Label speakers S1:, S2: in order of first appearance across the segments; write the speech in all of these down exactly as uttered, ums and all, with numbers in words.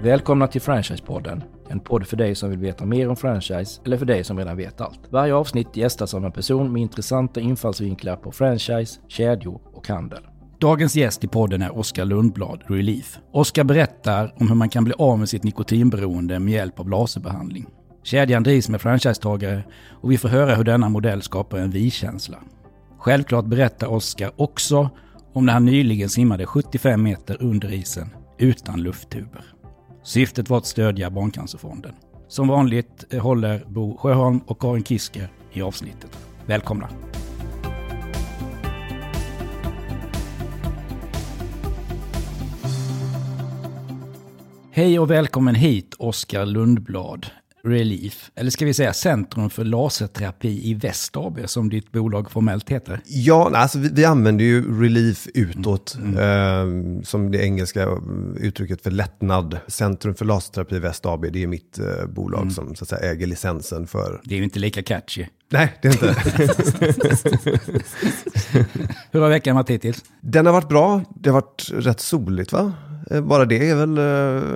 S1: Välkomna till Franchise-podden, en podd för dig som vill veta mer om franchise eller för dig som redan vet allt. Varje avsnitt gästas av en person med intressanta infallsvinklar på franchise, kedjor och handel. Dagens gäst i podden är Oskar Lundblad, Relief. Oskar berättar om hur man kan bli av med sitt nikotinberoende med hjälp av laserbehandling. Kedjan drivs med franchisetagare och vi får höra hur denna modell skapar en vi-känsla. Självklart berättar Oskar också om när han nyligen simmade sjuttiofem meter under isen utan lufttuber. Syftet var att stödja Barncancerfonden. Som vanligt håller Bo Sjöholm och Karin Kisker i avsnittet. Välkomna! Hej och välkommen hit Oskar Lundblad, Relief. Eller ska vi säga Centrum för laserterapi i Väst A B som ditt bolag formellt heter?
S2: Ja, alltså vi, vi använder ju Relief utåt mm. Mm. Eh, som det engelska uttrycket för lättnad. Centrum för laserterapi i Väst A B, det är mitt eh, bolag mm. som så att säga äger licensen för...
S1: Det är ju inte lika catchy.
S2: Nej, det är inte.
S1: Hur har veckan varit hittills?
S2: Den har varit bra. Det har varit rätt soligt, va? Bara det är väl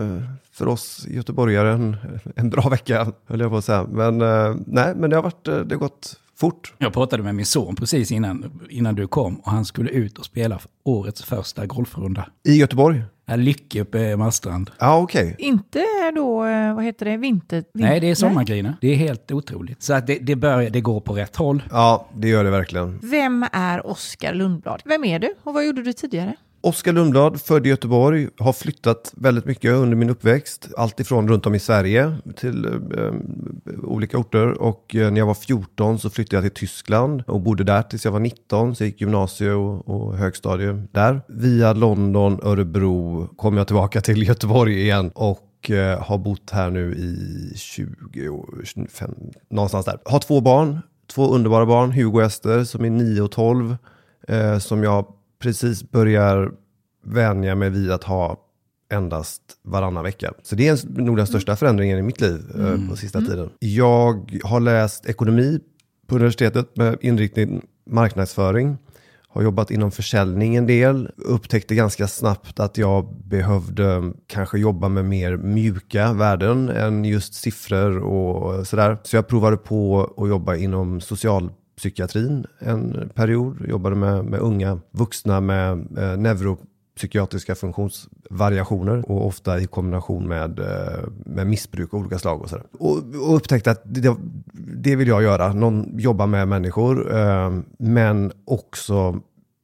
S2: för oss göteborgare en, en bra vecka, höll jag på att säga. Men nej, men det har varit, det har gått fort.
S1: Jag pratade med min son precis innan, innan du kom och han skulle ut och spela årets första golfrunda.
S2: I Göteborg?
S1: Ja, Lycke uppe i Marstrand.
S2: Ja, okej. Okay.
S3: Inte då, vad heter det, vinter? vinter?
S1: Nej, det är sommargriner. Det är helt otroligt. Så att det, det, börjar, det går på rätt håll.
S2: Ja, det gör det verkligen.
S3: Vem är Oskar Lundblad? Vem är du och vad gjorde du tidigare?
S2: Oskar Lundblad, född i Göteborg, har flyttat väldigt mycket under min uppväxt. Allt ifrån runt om i Sverige till eh, olika orter. Och eh, när jag var fjorton så flyttade jag till Tyskland och bodde där tills jag var nitton. Så jag gick gymnasie och, och högstadie där. Via London, Örebro kom jag tillbaka till Göteborg igen och eh, har bott här nu i tjugo år, tjugofem, någonstans där. Har två barn, två underbara barn, Hugo och Ester som är nio och tolv, eh, som jag precis börjar vänja mig vid att ha endast varannan vecka. Så det är nog den största förändringen i mitt liv mm. eh, på sista mm. tiden. Jag har läst ekonomi på universitetet med inriktning marknadsföring. Har jobbat inom försäljning en del. Upptäckte ganska snabbt att jag behövde kanske jobba med mer mjuka värden än just siffror och sådär. Så jag provade på att jobba inom social psykiatrin en period. Jobbade med, med unga vuxna med eh, neuropsykiatriska funktionsvariationer och ofta i kombination med, eh, med missbruk av olika slag och sådär. Och, och upptäckte att det, det vill jag göra. Någon jobba med människor eh, men också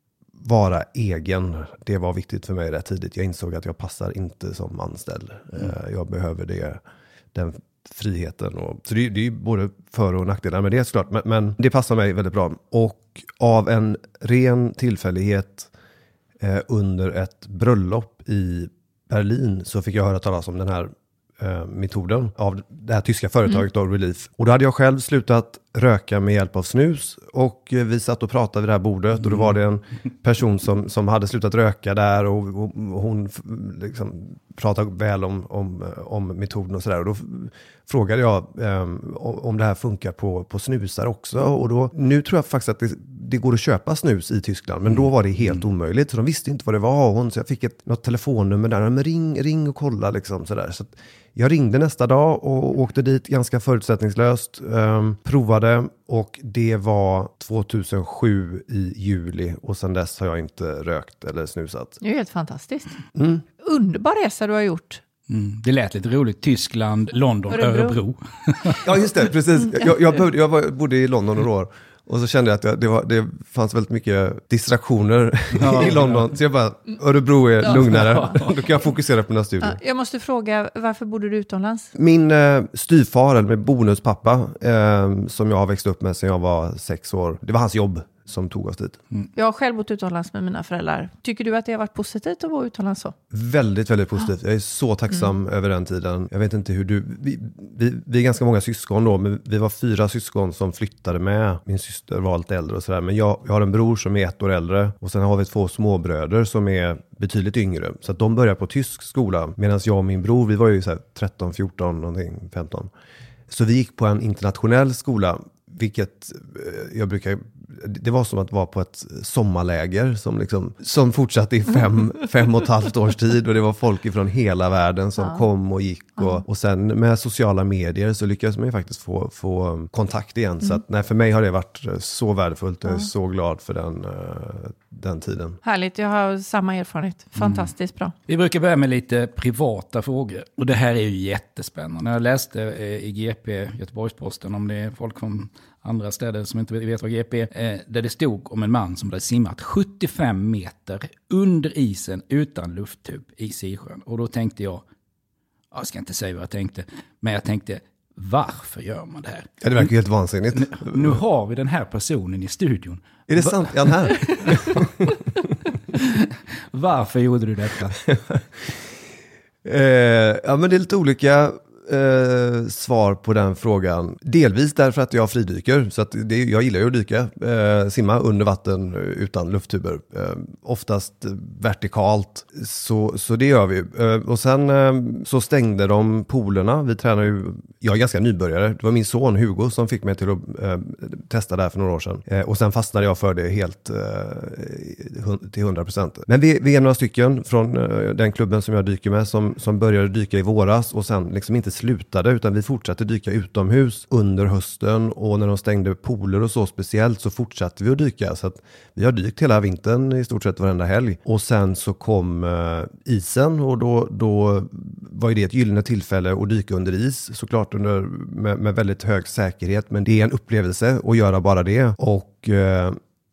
S2: vara egen. Det var viktigt för mig rätt tidigt. Jag insåg att jag passar inte som anställd. Mm. Eh, jag behöver det, den friheten. Och, så det, det är ju både för- och nackdelar med det såklart. Men, men det passar mig väldigt bra. Och av en ren tillfällighet eh, under ett bröllop i Berlin så fick jag höra talas om den här eh, metoden av det här tyska företaget mm. Relief. Och då hade jag själv slutat röka med hjälp av snus och eh, vi satt och pratade vid det här bordet mm. och då var det en person som, som hade slutat röka där och, och, och hon liksom pratade väl om, om, om metoden och sådär och då frågade jag um, om det här funkar på, på snusar också och då, nu tror jag faktiskt att det, det går att köpa snus i Tyskland men mm. då var det helt mm. omöjligt så de visste inte vad det var och hon, så jag fick ett, något telefonnummer där, men ring, ring och kolla liksom sådär. Så att jag ringde nästa dag och åkte dit ganska förutsättningslöst, um, provade och det var tjugohundrasju i juli och sedan dess har jag inte rökt eller snusat.
S3: Det är helt fantastiskt.
S2: Mm.
S3: Underbar resa du har gjort.
S1: Mm, det lät lite roligt. Tyskland, London, Örebro. Örebro.
S2: Ja, just det. Precis. Jag, jag, bodde, jag var, bodde i London några år. Och så kände jag att jag, det, var, det fanns väldigt mycket distraktioner ja, i London. Ja. Så jag bara, Örebro är ja. lugnare. Ja. Då kan jag fokusera på mina studier.
S3: Ja, jag måste fråga, varför bodde du utomlands?
S2: Min eh, styvfar, eller min bonuspappa, eh, som jag har växt upp med sedan jag var sex år. Det var hans jobb som tog oss dit.
S3: Mm. Jag har själv bott utomlands med mina föräldrar. Tycker du att det har varit positivt att vara utomlands så?
S2: Väldigt, väldigt positivt. Jag är så tacksam mm. över den tiden. Jag vet inte hur du... Vi, vi, vi är ganska många syskon då, men vi var fyra syskon som flyttade med. Min syster var lite äldre och sådär. Men jag, jag har en bror som är ett år äldre. Och sen har vi två småbröder som är betydligt yngre. Så att de börjar på tysk skola. Medan jag och min bror, vi var ju så här tretton, fjorton, någonting, femton. Så vi gick på en internationell skola. Vilket jag brukar det var som att vara på ett sommarläger som, liksom, som fortsatte i fem, fem och ett halvt års tid. Och det var folk ifrån hela världen som ja. kom och gick. Och, ja. och sen med sociala medier så lyckades man ju faktiskt få, få kontakt igen. Mm. Så att, nej, för mig har det varit så värdefullt. Jag är ja. så glad för den, den tiden.
S3: Härligt, jag har samma erfarenhet. Fantastiskt mm. bra.
S1: Vi brukar börja med lite privata frågor. Och det här är ju jättespännande. Jag läste i G P, Göteborgs-Posten, om det är folk från andra städer som inte vet vad G P är, där det stod om en man som hade simmat sjuttiofem meter under isen utan lufttub i Sisjön. Och då tänkte jag, jag ska inte säga vad jag tänkte, men jag tänkte, varför gör man det här?
S2: Ja, det verkar helt vansinnigt.
S1: Nu, nu har vi den här personen i studion.
S2: Är det sant? Är han här?
S1: Varför gjorde du detta?
S2: eh, ja, men det är lite olika eh, svar på den frågan. Delvis därför att jag fridyker. Så att det, jag gillar ju att dyka. Eh, simma under vatten utan lufttuber. Eh, oftast vertikalt. Så, så det gör vi. Eh, och sen eh, så stängde de poolerna. Vi tränar ju... Jag är ganska nybörjare. Det var min son Hugo som fick mig till att eh, testa det här för några år sedan. Eh, och sen fastnade jag för det helt eh, till hundra procent. Men vi, vi är några stycken från eh, den klubben som jag dyker med som, som började dyka i våras och sen liksom inte slutade, utan vi fortsatte dyka utomhus under hösten, och när de stängde pooler och så speciellt så fortsatte vi att dyka. Så att vi har dykt hela vintern i stort sett varenda helg. Och sen så kom eh, isen, och då, då var ju det ett gyllene tillfälle att dyka under is, såklart under, med, med väldigt hög säkerhet, men det är en upplevelse att göra bara det. Och eh,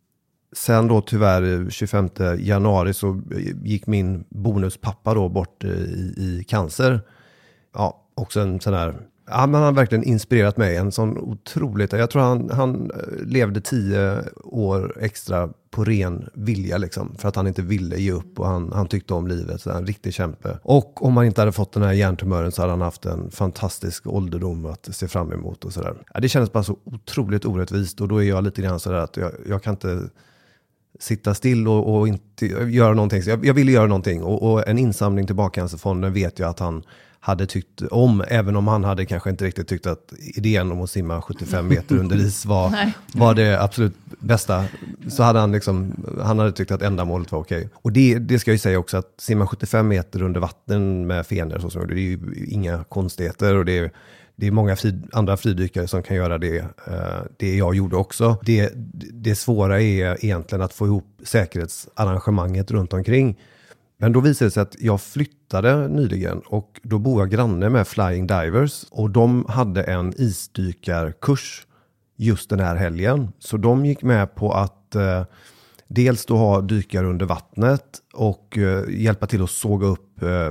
S2: sen då tyvärr tjugofemte januari så gick min bonuspappa då bort i, i cancer. Ja, också en sån här... Ja, han har verkligen inspirerat mig. En sån otroligt... Jag tror han, han levde tio år extra på ren vilja liksom. För att han inte ville ge upp, och han, han tyckte om livet. Så en riktig kämpe. Och om han inte hade fått den här hjärntumören så hade han haft en fantastisk ålderdom att se fram emot och sådär. Ja, det kändes bara så otroligt orättvist, och då är jag lite grann sådär att jag, jag kan inte sitta still och, och inte göra någonting. Så jag, jag ville göra någonting, och, och en insamling till Barncancerfonden vet jag att han hade tyckt om, även om han hade kanske inte riktigt tyckt att idén om att simma sjuttiofem meter under is var, var det absolut bästa. Så hade han liksom, han hade tyckt att ändamålet var okej. Och det, det ska jag ju säga också, att simma sjuttiofem meter under vatten med fenor så som det är ju inga konstigheter, och det är Det är många fri, andra fridykare som kan göra det. Eh, det jag gjorde också. Det, det svåra är egentligen att få ihop säkerhetsarrangemanget runt omkring. Men då visade det sig att jag flyttade nyligen, och då bor jag granne med Flying Divers. Och de hade en isdykarkurs just den här helgen. Så de gick med på att eh, dels då ha dykare under vattnet och eh, hjälpa till att såga upp eh,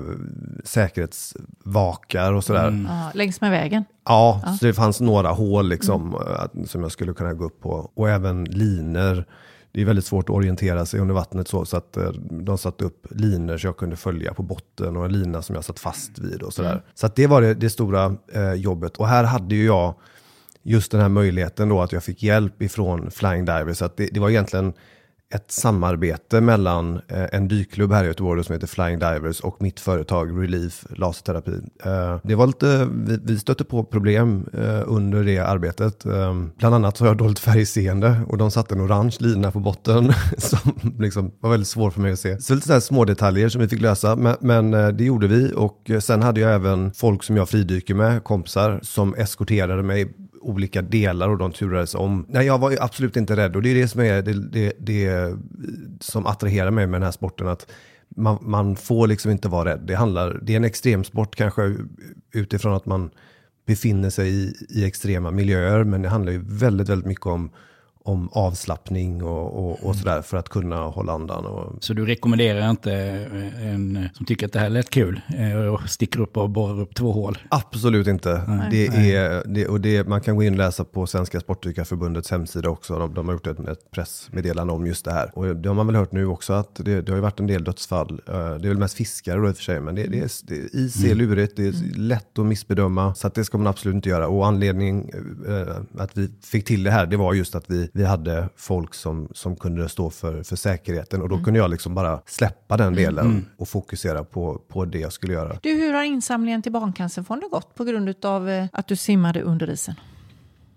S2: säkerhetsvakar och sådär. Mm.
S3: Ja, längs med vägen.
S2: Ja, ja, så det fanns några hål liksom, mm. som jag skulle kunna gå upp på. Och även liner. Det är väldigt svårt att orientera sig under vattnet så, så att eh, de satte upp liner så jag kunde följa på botten, och en lina som jag satt fast vid och sådär. Mm. Så att det var det, det stora eh, jobbet. Och här hade ju jag just den här möjligheten då att jag fick hjälp ifrån Flying Divers. Så att det, det var egentligen ett samarbete mellan eh, en dykklubb här i Göteborg som heter Flying Divers och mitt företag Relief laserterapi. Eh, det var lite, vi, vi stötte på problem eh, under det arbetet. Eh, bland annat så har jag dåligt färgseende, och de satte en orange lina på botten som liksom var väldigt svår för mig att se. Så lite så här små detaljer som vi fick lösa, men, men eh, det gjorde vi. Och sen hade jag även folk som jag fridyker med, kompisar, som eskorterade mig olika delar, och de turades om. Nej, jag var absolut inte rädd, och det är det som är det, det, det som attraherar mig med den här sporten, att man, man får liksom inte vara rädd. Det handlar, det är en extremsport kanske utifrån att man befinner sig i, i extrema miljöer, men det handlar ju väldigt, väldigt mycket om om avslappning och, och, och sådär för att kunna hålla andan. Och...
S1: Så du rekommenderar inte en som tycker att det här är lätt kul och sticker upp och borrar upp två hål?
S2: Absolut inte. Nej. Det är, det, och det, man kan gå in och läsa på Svenska Sportdykarförbundets hemsida också. De, de har gjort ett, ett pressmeddelande om just det här. Och det har man väl hört nu också, att det, det har ju varit en del dödsfall. Det är väl mest fiskare då i och för sig, men det, det är, det, is är lurigt, det är lätt att missbedöma. Så att det ska man absolut inte göra. Och anledning eh, att vi fick till det här, det var just att vi Vi hade folk som, som kunde stå för, för säkerheten, och då mm. kunde jag liksom bara släppa den delen mm. och fokusera på, på det jag skulle göra.
S3: Du, hur har insamlingen till Barncancerfonden gått på grund av att du simmade under isen?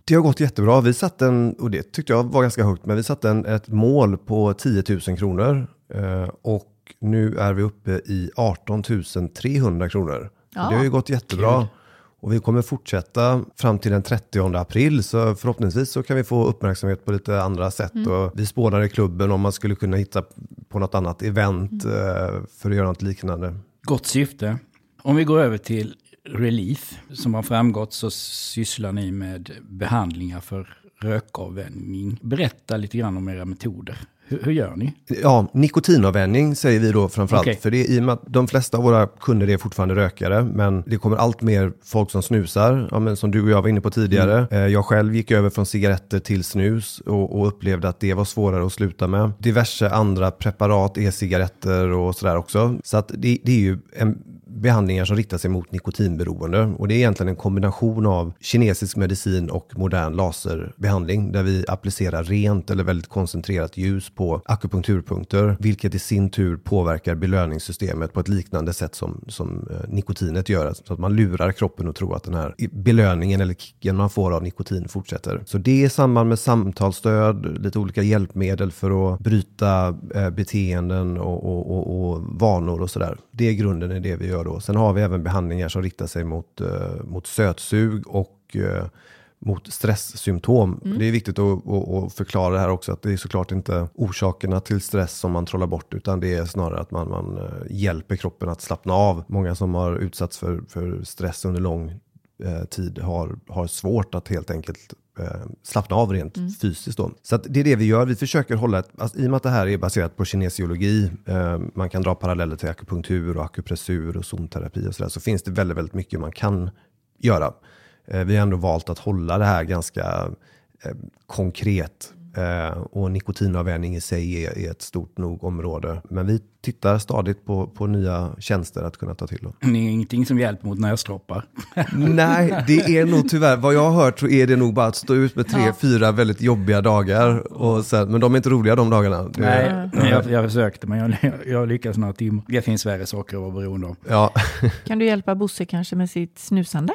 S2: Det har gått jättebra. Vi satte en, och det tyckte jag var ganska högt, men vi satte en, ett mål på tio tusen kronor eh, och nu är vi uppe i arton tusen trehundra kronor. Ja. Det har ju gått jättebra. Kul. Och vi kommer fortsätta fram till den trettionde april, så förhoppningsvis så kan vi få uppmärksamhet på lite andra sätt. Mm. Och vi spånar i klubben om man skulle kunna hitta på något annat event mm. eh, för att göra något liknande.
S1: Gott syfte. Om vi går över till Relief, som har framgått så sysslar ni med behandlingar för rökavvänjning. Berätta lite grann om era metoder. Hur, hur gör ni?
S2: Ja, nikotinavvänjning säger vi då framförallt. Okay. För det är i och med att de flesta av våra kunder är fortfarande rökare, men det kommer allt mer folk som snusar, ja, men som du och jag var inne på tidigare. Mm. Jag själv gick över från cigaretter till snus och, och upplevde att det var svårare att sluta med. Diverse andra preparat, e-cigaretter och sådär också. Så att det, det är ju en behandlingar som riktar sig mot nikotinberoende, och det är egentligen en kombination av kinesisk medicin och modern laserbehandling där vi applicerar rent eller väldigt koncentrerat ljus på akupunkturpunkter, vilket i sin tur påverkar belöningssystemet på ett liknande sätt som, som eh, nikotinet gör, så att man lurar kroppen att tro att den här belöningen eller kicken man får av nikotin fortsätter. Så det är i samband med samtalsstöd, lite olika hjälpmedel för att bryta eh, beteenden och, och, och, och vanor och sådär. Det är grunden i det vi gör då. Sen har vi även behandlingar som riktar sig mot, uh, mot sötsug och uh, mot stresssymptom. Mm. Det är viktigt att, att, att förklara det här också, att det är såklart inte orsakerna till stress som man trollar bort, utan det är snarare att man, man uh, hjälper kroppen att slappna av. Många som har utsatts för, för stress under lång uh, tid har, har svårt att helt enkelt slappna av rent mm. fysiskt då. Så att det är det vi gör. Vi försöker hålla ett, alltså, i och med att det här är baserat på kinesiologi, eh, man kan dra paralleller till akupunktur och akupressur och zonterapi och sådär, så finns det väldigt, väldigt mycket man kan göra. Eh, vi har ändå valt att hålla det här ganska eh, konkret. Eh, och nikotinavvänjning i sig är, är ett stort nog område. Men vi tittar stadigt på, på nya tjänster att kunna ta till. Då.
S1: Det är ingenting som hjälper mot näsdroppar.
S2: Nej, det är nog tyvärr. Vad jag har hört så är det nog bara att stå ut med tre, ja. fyra väldigt jobbiga dagar. Och sen, men de är inte roliga de dagarna. Det,
S1: Nej, ja. jag, jag försökte men jag, jag lyckas några timmar. Det finns värre saker att vara beroende av.
S2: Ja.
S3: Kan du hjälpa Bosse kanske med sitt snusande?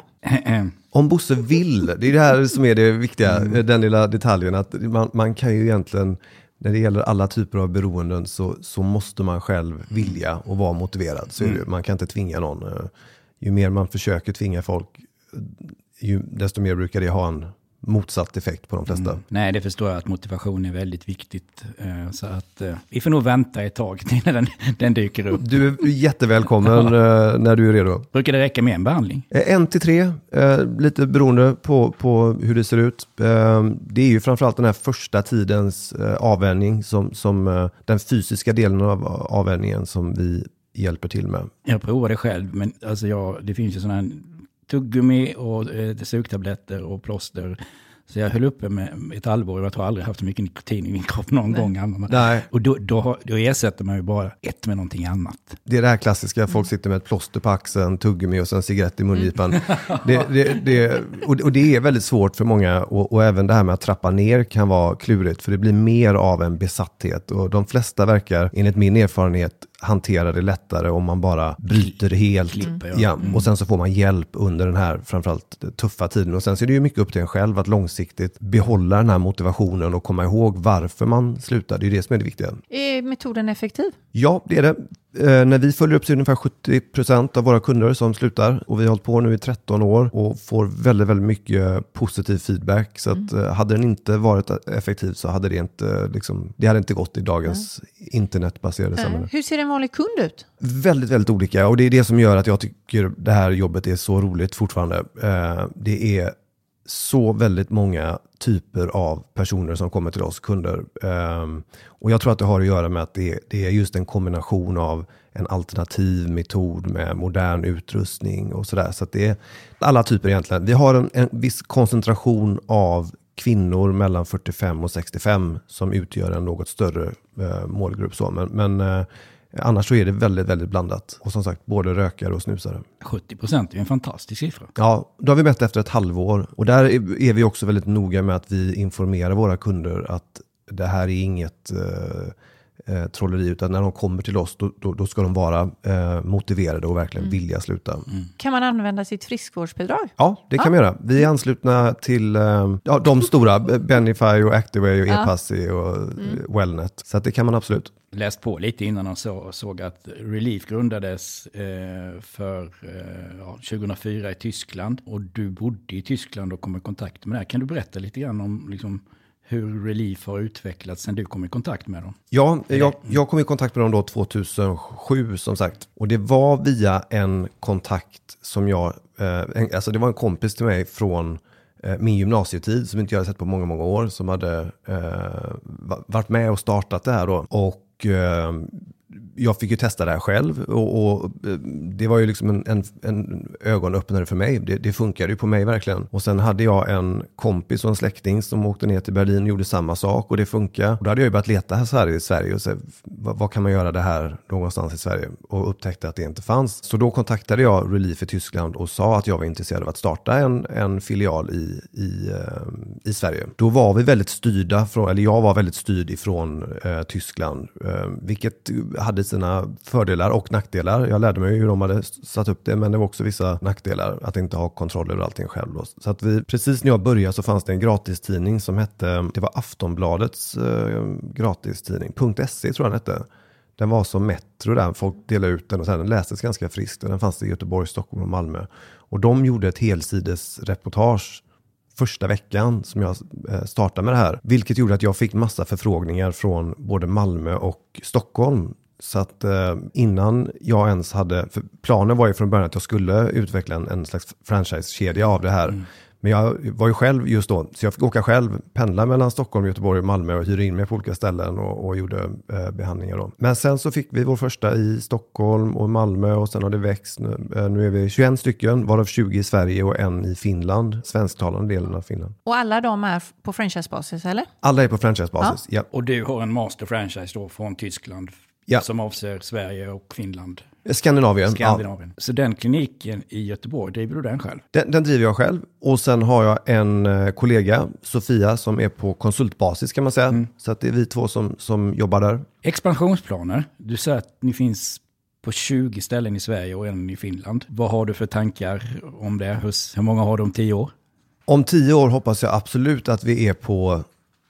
S2: Om Bosse vill. Det är det här som är det viktiga. Mm. Den lilla detaljen. Att man, man kan ju egentligen, när det gäller alla typer av beroenden, så, så måste man själv vilja och vara motiverad. Så mm. det, man kan inte tvinga någon. Ju mer man försöker tvinga folk, ju, desto mer brukar det ha en motsatt effekt på de flesta. Mm.
S1: Nej, det förstår jag att motivation är väldigt viktigt. Uh, så att uh, vi får nog vänta ett tag till den, den dyker upp.
S2: Du är jättevälkommen uh, när du är redo.
S1: Brukar det räcka med en behandling?
S2: Uh, en till tre, uh, lite beroende på, på hur det ser ut. Uh, det är ju framförallt den här första tidens uh, avvänjning, som, som uh, den fysiska delen av avvänjningen som vi hjälper till med.
S1: Jag provar det själv, men alltså jag, det finns ju sådana här tuggummi och eh, sugtabletter och plåster. Så jag höll uppe med ett halvår och jag tror aldrig haft så mycket nikotin i min kropp någon Nej. gång.
S2: Nej.
S1: Och då, då, då ersätter man ju bara ett med någonting annat.
S2: Det är det här klassiska, folk sitter med ett plåster på axeln, tuggummi och sen cigarett i mungipan. Mm. det, det, det, och, och det är väldigt svårt för många, och, och även det här med att trappa ner kan vara klurigt, för det blir mer av en besatthet. Och de flesta verkar, enligt min erfarenhet, hantera det lättare om man bara bryter helt.
S1: Klipper, ja.
S2: Ja, och sen så får man hjälp under den här framförallt tuffa tiden. Och sen så är det ju mycket upp till en själv att långsiktigt behålla den här motivationen och komma ihåg varför man slutar. Det är det som är det viktiga.
S3: Är metoden effektiv?
S2: Ja, det är det. Eh, när vi följer upp så är det ungefär sjuttio procent av våra kunder som slutar, och vi har hållit på nu i tretton år och får väldigt, väldigt mycket positiv feedback. Så att, mm. eh, hade den inte varit effektiv så hade det inte, liksom, det hade inte gått i dagens mm. internetbaserade mm. samhälle.
S3: Hur ser en vanlig kund ut?
S2: Väldigt, väldigt olika, och det är det som gör att jag tycker det här jobbet är så roligt fortfarande. Eh, det är så väldigt många typer av personer som kommer till oss kunder. Um, och jag tror att det har att göra med att det, det är just en kombination av en alternativ metod med modern utrustning och sådär. Så att det är alla typer egentligen. Vi har en, en viss koncentration av kvinnor mellan fyrtiofem och sextiofem som utgör en något större uh, målgrupp. Så. Men, men uh, annars så är det väldigt, väldigt blandat. Och som sagt, både rökare och snusare.
S1: sjuttio procent är en fantastisk siffra.
S2: Ja, då har vi mätt efter ett halvår. Och där är vi också väldigt noga med att vi informerar våra kunder att det här är inget, eh, trolleri, utan när de kommer till oss då, då, då ska de vara eh, motiverade och verkligen mm. vilja sluta. Mm.
S3: Kan man använda sitt friskvårdsbidrag?
S2: Ja, det kan ja. man göra. Vi är anslutna till eh, ja, de stora, Benify och Activate och ja. ePassy och mm. Wellnet. Så att det kan man absolut.
S1: Läst på lite innan och så, såg att Relief grundades eh, för eh, ja, tjugohundrafyra i Tyskland, och du bodde i Tyskland och kom i kontakt med det här. Kan du berätta lite grann om liksom, hur Relief har utvecklats sen du kom i kontakt med dem?
S2: Ja, jag, jag kom i kontakt med dem då tjugohundrasju som sagt. Och det var via en kontakt som jag, eh, en, alltså det var en kompis till mig från eh, min gymnasietid som inte jag hade sett på många, många år, som hade eh, varit med och startat det här då. Och eh, jag fick ju testa det här själv och, och det var ju liksom en, en, en ögonöppnare för mig. Det, det funkade ju på mig verkligen. Och sen hade jag en kompis och en släkting som åkte ner till Berlin och gjorde samma sak och det funkade. Och då hade jag ju börjat leta här Sverige, i Sverige och se vad, vad kan man göra det här någonstans i Sverige, och upptäckte att det inte fanns. Så då kontaktade jag Relief i Tyskland och sa att jag var intresserad av att starta en, en filial i, i, i Sverige. Då var vi väldigt styrda från, eller jag var väldigt styrd ifrån eh, Tyskland, eh, vilket hade sina fördelar och nackdelar. Jag lärde mig hur de hade satt upp det, men det var också vissa nackdelar att inte ha kontroll över allting själv. Då. Så att vi, precis när jag började så fanns det en gratistidning som hette, det var Aftonbladets eh, gratistidning, .se tror jag den hette. Den var som Metro där, folk delade ut den och sen den lästes ganska friskt. Den fanns i Göteborg, Stockholm och Malmö. Och de gjorde ett helsides reportage första veckan som jag startade med det här. Vilket gjorde att jag fick massa förfrågningar från både Malmö och Stockholm. Så att eh, innan jag ens hade, för planen var ju från början att jag skulle utveckla en, en slags franchise-kedja av det här. Mm. Men jag var ju själv just då, så jag fick åka själv, pendla mellan Stockholm, Göteborg och Malmö och hyra in mig på olika ställen och, och gjorde eh, behandlingar då. Men sen så fick vi vår första i Stockholm och Malmö och sen har det växt. Nu, eh, nu är vi tjugoett stycken, varav tjugo i Sverige och en i Finland, svensktalande delen av Finland.
S3: Och alla de är på franchisebasis, eller?
S2: Alla är på franchisebasis, ja.
S1: ja. Och du har en master franchise då från Tyskland? Ja. Som avser Sverige och Finland.
S2: Skandinavien.
S1: Skandinavien. Ja. Så den kliniken i Göteborg, driver du den själv?
S2: Den, den driver jag själv. Och sen har jag en eh, kollega, Sofia, som är på konsultbasis kan man säga. Mm. Så att det är vi två som, som jobbar där.
S1: Expansionsplaner. Du säger att ni finns på tjugo ställen i Sverige och en i Finland. Vad har du för tankar om det? Hur, hur många har du om tio år?
S2: Om tio år hoppas jag absolut att vi är på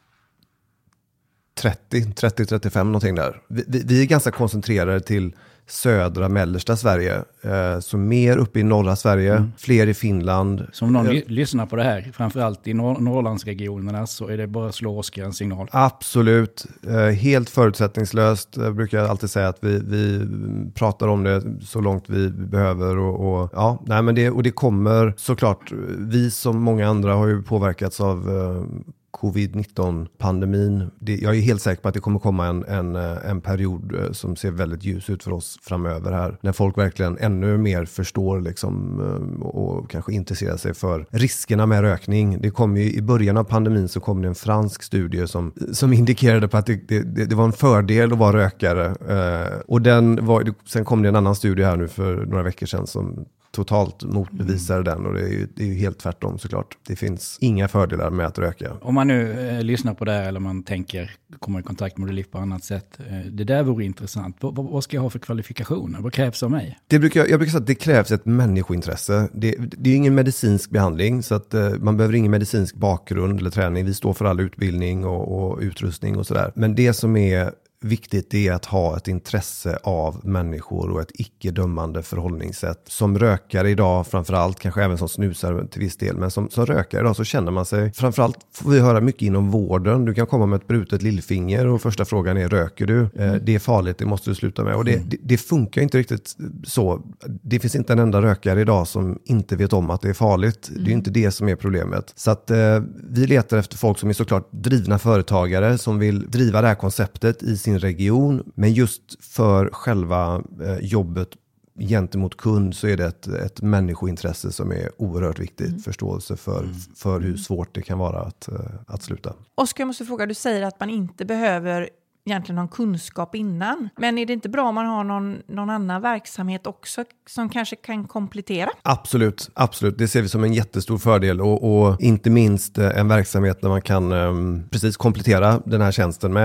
S2: trettio till trettiofem någonting där. Vi, vi, vi är ganska koncentrerade till södra, mellersta Sverige. Eh, så mer uppe i norra Sverige, mm. fler i Finland.
S1: Så om någon eh, lyssnar på det här, framförallt i nor- Norrlandsregionerna, så är det bara att slå Oskar en signal.
S2: Absolut. Eh, helt förutsättningslöst. Jag brukar alltid säga att vi, vi pratar om det så långt vi behöver. Och, och, ja, nej, men det, och det kommer såklart. Vi som många andra har ju påverkats av eh, covid nitton-pandemin. Det, jag är helt säker på att det kommer komma en, en, en period som ser väldigt ljus ut för oss framöver här. När folk verkligen ännu mer förstår liksom, och kanske intresserar sig för riskerna med rökning. Det kom ju, i början av pandemin så kom det en fransk studie som, som indikerade på att det, det, det var en fördel att vara rökare. Eh, och den var, sen kom det en annan studie här nu för några veckor sedan som totalt motbevisar mm. den, och det är, ju, det är ju helt tvärtom såklart. Det finns inga fördelar med att röka.
S1: Om man nu eh, lyssnar på det här eller man tänker komma i kontakt med Relief på annat sätt, eh, det där vore intressant. V- v- vad ska jag ha för kvalifikationer? Vad krävs av mig?
S2: Det brukar, jag brukar säga att det krävs ett människointresse. Det, det är ju ingen medicinsk behandling, så att eh, man behöver ingen medicinsk bakgrund eller träning. Vi står för all utbildning och, och utrustning och sådär. Men det som är viktigt är att ha ett intresse av människor och ett icke-dömande förhållningssätt. Som rökare idag, framförallt, kanske även som snusar till viss del, men som, som rökare idag så känner man sig, framförallt får vi höra mycket inom vården. Du kan komma med ett brutet lillfinger och första frågan är, röker du? Mm. Eh, det är farligt, det måste du sluta med. Och det, mm. det, det funkar inte riktigt så. Det finns inte en enda rökare idag som inte vet om att det är farligt. Mm. Det är inte det som är problemet. Så att eh, vi letar efter folk som är såklart drivna företagare som vill driva det här konceptet i sin region, men just för själva eh, jobbet gentemot kund så är det ett, ett människointresse som är oerhört viktigt. Mm. Förståelse för, mm. för hur svårt det kan vara att, att sluta.
S3: Oskar, jag måste fråga, du säger att man inte behöver egentligen någon kunskap innan. Men är det inte bra om man har någon, någon annan verksamhet också som kanske kan komplettera?
S2: Absolut, absolut. Det ser vi som en jättestor fördel och, och inte minst en verksamhet där man kan um, precis komplettera den här tjänsten med.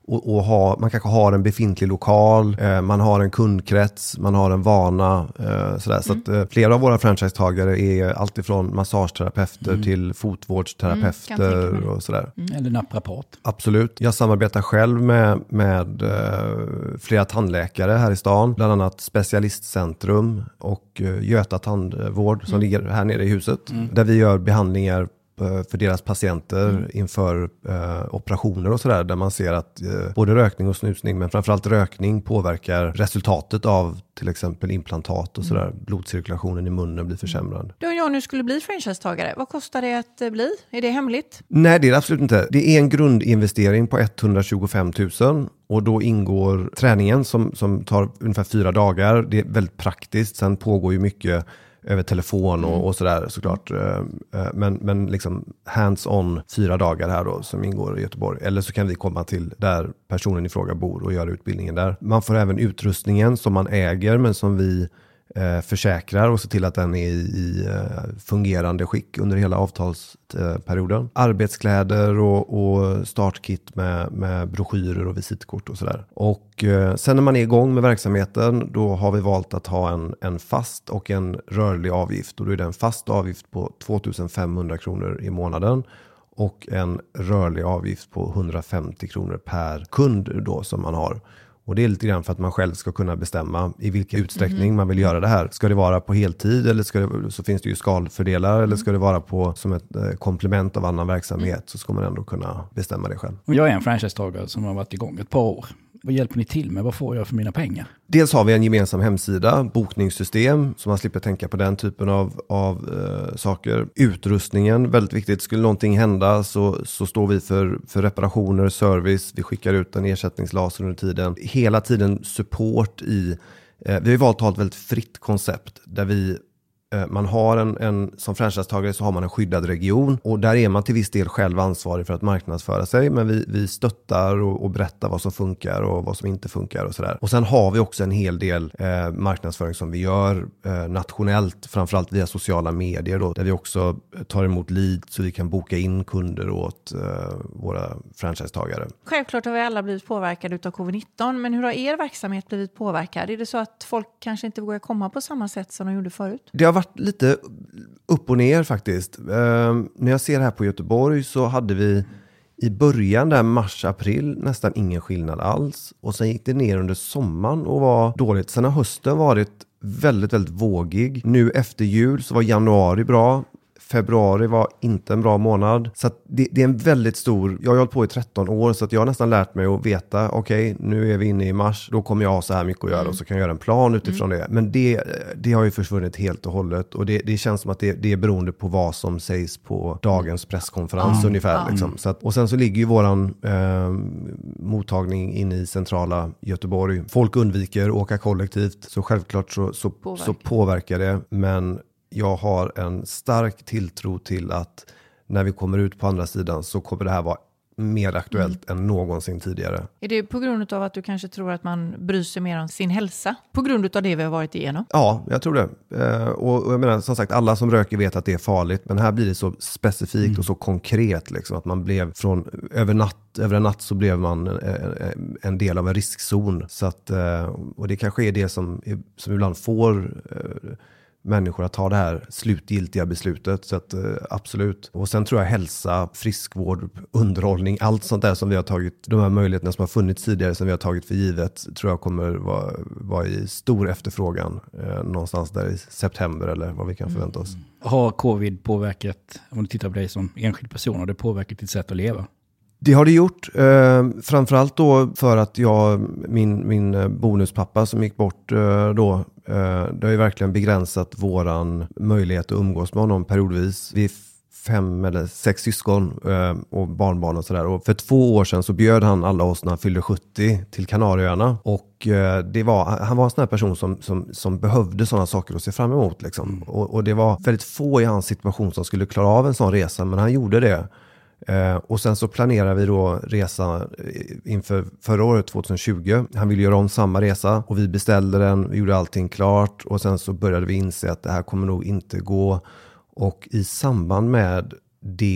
S2: och, och ha, man kanske har en befintlig lokal, eh, man har en kundkrets, man har en vana. Eh, sådär. Mm. Så att, eh, flera av våra franchisetagare är alltifrån massageterapeuter mm. till fotvårdsterapeuter mm, och sådär.
S1: Mm. Eller naprapat.
S2: Absolut. Jag samarbetar själv med, med eh, flera tandläkare här i stan, bland annat Specialistcentrum och eh, Göta tandvård som mm. ligger här nere i huset, mm. där vi gör behandlingar för deras patienter mm. inför eh, operationer och sådär, där man ser att eh, både rökning och snusning, men framförallt rökning påverkar resultatet av till exempel implantat och sådär. Mm. Blodcirkulationen i munnen blir försämrad.
S3: Då jag nu skulle bli franchisetagare, vad kostar det att bli? Är det hemligt?
S2: Nej, det är det absolut inte. Det är en grundinvestering på etthundratjugofem tusen och då ingår träningen som, som tar ungefär fyra dagar. Det är väldigt praktiskt. Sen pågår ju mycket över telefon och, mm. och sådär såklart. Men, men liksom hands-on fyra dagar här då som ingår i Göteborg. Eller så kan vi komma till där personen i fråga bor och göra utbildningen där. Man får även utrustningen som man äger men som vi eh, försäkrar och se till att den är i, i eh, fungerande skick under hela avtalsperioden. Arbetskläder och, och startkit med, med broschyrer och visitkort och sådär. Och eh, sen när man är igång med verksamheten, då har vi valt att ha en, en fast och en rörlig avgift. Och då är det en fast avgift på tvåtusenfemhundra kronor i månaden och en rörlig avgift på hundrafemtio kronor per kund då som man har. Och det är lite grann för att man själv ska kunna bestämma i vilken utsträckning mm. man vill göra det här. Ska det vara på heltid eller ska det, så finns det ju skalfördelar mm. eller ska det vara på som ett eh, komplement av annan verksamhet mm. så ska man ändå kunna bestämma det själv.
S1: Jag är en franchisetagare som har varit igång ett par år. Vad hjälper ni till med? Vad får jag för mina pengar?
S2: Dels har vi en gemensam hemsida, bokningssystem, så man slipper tänka på den typen av, av eh, saker. Utrustningen, väldigt viktigt. Skulle någonting hända så, så står vi för, för reparationer, service. Vi skickar ut en ersättningslaser under tiden. Hela tiden support i... Eh, vi har valt att ha ett väldigt fritt koncept där vi... Man har en, en, som franchisetagare så har man en skyddad region och där är man till viss del själv ansvarig för att marknadsföra sig, men vi, vi stöttar och, och berättar vad som funkar och vad som inte funkar och sådär. Och sen har vi också en hel del eh, marknadsföring som vi gör eh, nationellt, framförallt via sociala medier då, där vi också tar emot leads så vi kan boka in kunder åt eh, våra franchisetagare.
S3: Självklart har vi alla blivit påverkade av covid nitton, men hur har er verksamhet blivit påverkad? Är det så att folk kanske inte vågar komma på samma sätt som de gjorde förut?
S2: Det har varit lite upp och ner faktiskt. Uh, när jag ser här på Göteborg så hade vi i början där mars-april nästan ingen skillnad alls. Och sen gick det ner under sommaren och var dåligt. Sen har hösten varit väldigt, väldigt vågig. Nu efter jul så var januari bra. Februari var inte en bra månad. Så att det, det är en väldigt stor... Jag har hållit på i tretton år så att jag har nästan lärt mig att veta okej, okay, nu är vi inne i mars. Då kommer jag ha så här mycket att göra mm. och så kan jag göra en plan utifrån mm. det. Men det, det har ju försvunnit helt och hållet. Och det, det känns som att det, det är beroende på vad som sägs på dagens presskonferens mm. ungefär. Mm. Liksom. Så att, och sen så ligger ju våran eh, mottagning inne i centrala Göteborg. Folk undviker att åka kollektivt. Så självklart så, så, påverkar. så påverkar det. Men... Jag har en stark tilltro till att när vi kommer ut på andra sidan så kommer det här vara mer aktuellt mm. än någonsin tidigare.
S3: Är det på grund av att du kanske tror att man bryr sig mer om sin hälsa? På grund av det vi har varit igenom?
S2: Ja, jag tror det. Eh, och, och jag menar, som sagt, alla som röker vet att det är farligt. Men här blir det så specifikt mm. och så konkret. Liksom, att man blev från över natt, över en natt så blev man en, en del av en riskzon. Så att, eh, och det kanske är det som, som ibland får... Eh, människor att ta det här slutgiltiga beslutet. Så att, absolut. Och sen tror jag hälsa, friskvård, underhållning, allt sånt där som vi har tagit, de här möjligheterna som har funnits tidigare som vi har tagit för givet, tror jag kommer vara, vara i stor efterfrågan eh, någonstans där i september eller vad vi kan förvänta oss. Mm.
S1: Har covid påverkat, om du tittar på dig som enskild person, har det påverkat ditt sätt att leva?
S2: Det har det gjort. Eh, framförallt då för att jag, min, min bonuspappa som gick bort eh, då, eh, det har ju verkligen begränsat våran möjlighet att umgås med honom periodvis. Vi är fem eller sex syskon eh, och barnbarn och sådär. Och för två år sedan så bjöd han alla oss när han fyllde sjuttio till Kanarieöarna. Och eh, det var, han var en sån här person som, som, som behövde sådana saker att se fram emot. Liksom. Mm. Och, och det var väldigt få i hans situation som skulle klara av en sån resa, men han gjorde det. Eh, och sen så planerar vi då resa inför förra året tjugohundratjugo. Han ville göra om samma resa och vi beställde den, vi gjorde allting klart och sen så började vi inse att det här kommer nog inte gå. Och i samband med det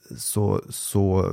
S2: så, så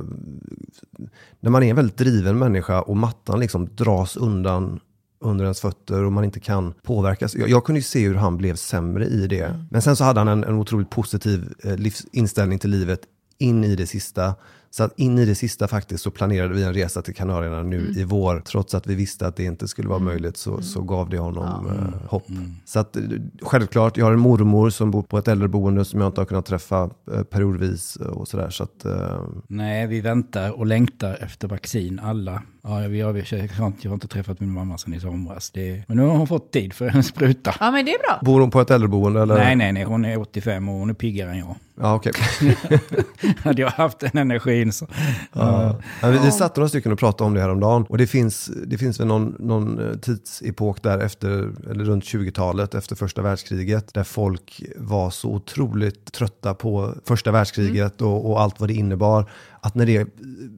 S2: när man är en väldigt driven människa och mattan liksom dras undan under ens fötter och man inte kan påverkas. Jag, jag kunde ju se hur han blev sämre i det. Mm. Men sen så hade han en, en otroligt positiv eh, livs, inställning till livet in i det sista. Så att in i det sista faktiskt så planerade vi en resa till Kanarierna nu mm. i vår. Trots att vi visste att det inte skulle vara mm. möjligt så, så gav det honom mm. eh, hopp. Mm. Så att självklart, jag har en mormor som bor på ett äldreboende som jag inte har kunnat träffa eh, periodvis och sådär. Så att, eh...
S1: Nej, vi väntar och längtar efter vaccin alla. Ja, vi har, jag, har inte, jag har inte träffat min mamma sedan i somras. Det, men nu har hon fått tid för en spruta.
S3: Ja, men det är bra.
S2: Bor hon på ett äldreboende? Eller?
S1: Nej, nej, nej. Hon är åttiofem och hon är piggare än jag.
S2: Ja, okej. Okay.
S1: Hade jag haft den energin så...
S2: Ja. Ja. Vi, vi satt några stycken och pratade om det här om dagen. Och det finns, det finns väl någon, någon tidsepok där efter, eller runt tjugotalet efter första världskriget, där folk var så otroligt trötta på första världskriget mm. och, och allt vad det innebar. Att när det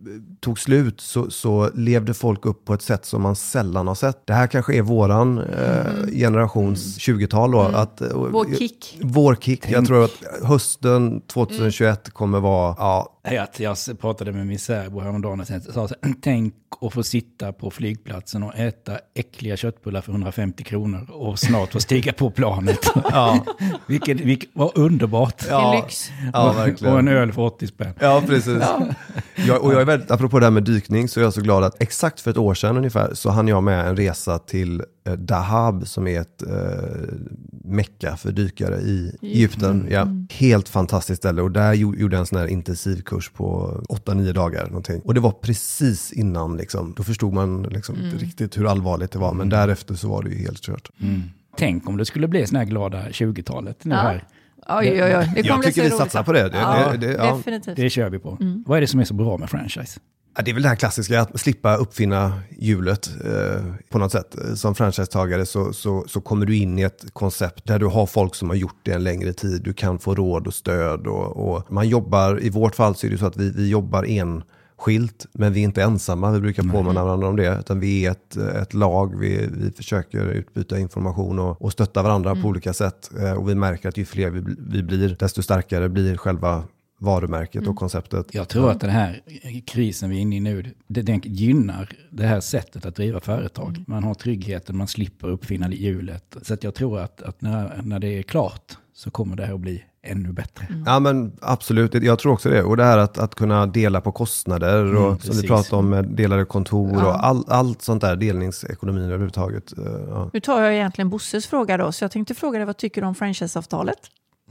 S2: tog slut så, så levde folk upp på ett sätt som man sällan har sett. Det här kanske är våran eh, generations mm. tjugotal då.
S3: Mm.
S2: Att, eh,
S3: vår kick.
S2: Vår kick. Jag tror att hösten tjugohundratjugoett mm. kommer vara... Ja.
S1: Jag, jag pratade med min särbo häromdagen och sa så, tänk att få sitta på flygplatsen och äta äckliga köttbullar för hundrafemtio kronor och snart få stiga på planet. Ja. Vilket, vilket var underbart.
S3: Ja. En lyx.
S2: Ja, verkligen.
S1: Och en öl för åttio spänn.
S2: Ja, precis. Ja. Jag, och jag är väldigt, apropå det här med dykning, så är jag så glad att exakt för ett år sedan ungefär så hann jag med en resa till eh, Dahab som är ett eh, mecka för dykare i Egypten. Mm. Ja, helt fantastiskt ställe och där gjorde jag en sån här intensivkurs på åtta nio dagar någonting. Och det var precis innan liksom, då förstod man liksom mm. inte riktigt hur allvarligt det var, men därefter så var det ju helt kört.
S1: Mm. Tänk om det skulle bli sån här glada tjugotalet nu
S3: ja.
S1: här.
S3: Oj, oj, oj. Det
S2: jag tycker vi satsar på det. Det,
S3: ja,
S2: det, det, ja.
S3: definitivt.
S1: Det kör vi på. Mm. Vad är det som är så bra med franchise?
S2: Ja, det är väl det här klassiska, att slippa uppfinna hjulet eh, på något sätt. Som franchisetagare så, så, så kommer du in i ett koncept där du har folk som har gjort det en längre tid. Du kan få råd och stöd. Och, och man jobbar, i vårt fall så är det så att vi, vi jobbar en skilt, men vi är inte ensamma. Vi brukar påminna varandra om det, utan vi är ett, ett lag. Vi, vi försöker utbyta information och, och stötta varandra mm. på olika sätt. Eh, och vi märker att ju fler vi, vi blir, desto starkare blir själva varumärket mm. och konceptet.
S1: Jag tror att den här krisen vi är inne i nu, det, den gynnar det här sättet att driva företag. Mm. Man har tryggheten, man slipper uppfinna hjulet. Så att jag tror att, att när, när det är klart så kommer det här att bli ännu bättre. Mm.
S2: Ja, men absolut. Jag tror också det. Och det här att, att kunna dela på kostnader och mm, som vi pratade om med delade kontor ja. och all, allt sånt där, delningsekonomin överhuvudtaget. Ja.
S3: Nu tar jag egentligen Bosses fråga då, så jag tänkte fråga dig, vad tycker du om franchiseavtalet?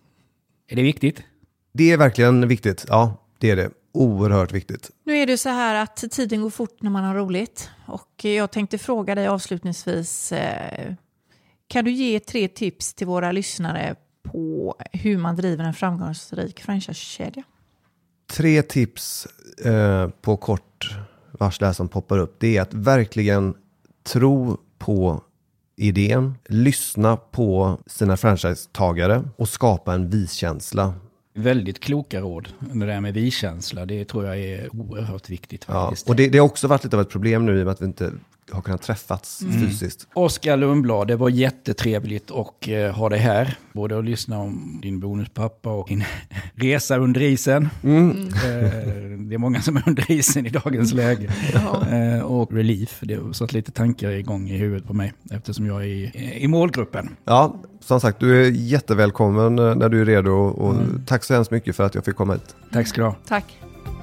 S1: Är det viktigt?
S2: Det är verkligen viktigt. Ja, det är det. Oerhört viktigt.
S3: Nu är det så här att tiden går fort när man har roligt. Och jag tänkte fråga dig avslutningsvis, eh, kan du ge tre tips till våra lyssnare på hur man driver en framgångsrik franchisekedja?
S2: Tre tips eh, på kort varsel där som poppar upp. Det är att verkligen tro på idén, lyssna på sina franchisetagare och skapa en vi-känsla.
S1: Väldigt kloka råd. Det där med vi-känsla, det tror jag är oerhört viktigt faktiskt.
S2: Ja, och det, det har också varit lite av ett problem nu i och med att vi inte har kunnat träffats mm. fysiskt.
S1: Oskar Lundblad, det var jättetrevligt att uh, ha det här. Både att lyssna om din bonuspappa och din resa under isen. Mm. Uh, det är många som är under isen i dagens läge. uh, och Relief, det har satt lite tankar igång i huvudet på mig eftersom jag är i, i målgruppen.
S2: Ja, som sagt, du är jättevälkommen när du är redo och mm. tack så hemskt mycket för att jag fick komma hit.
S1: Tack ska du ha.
S3: Tack.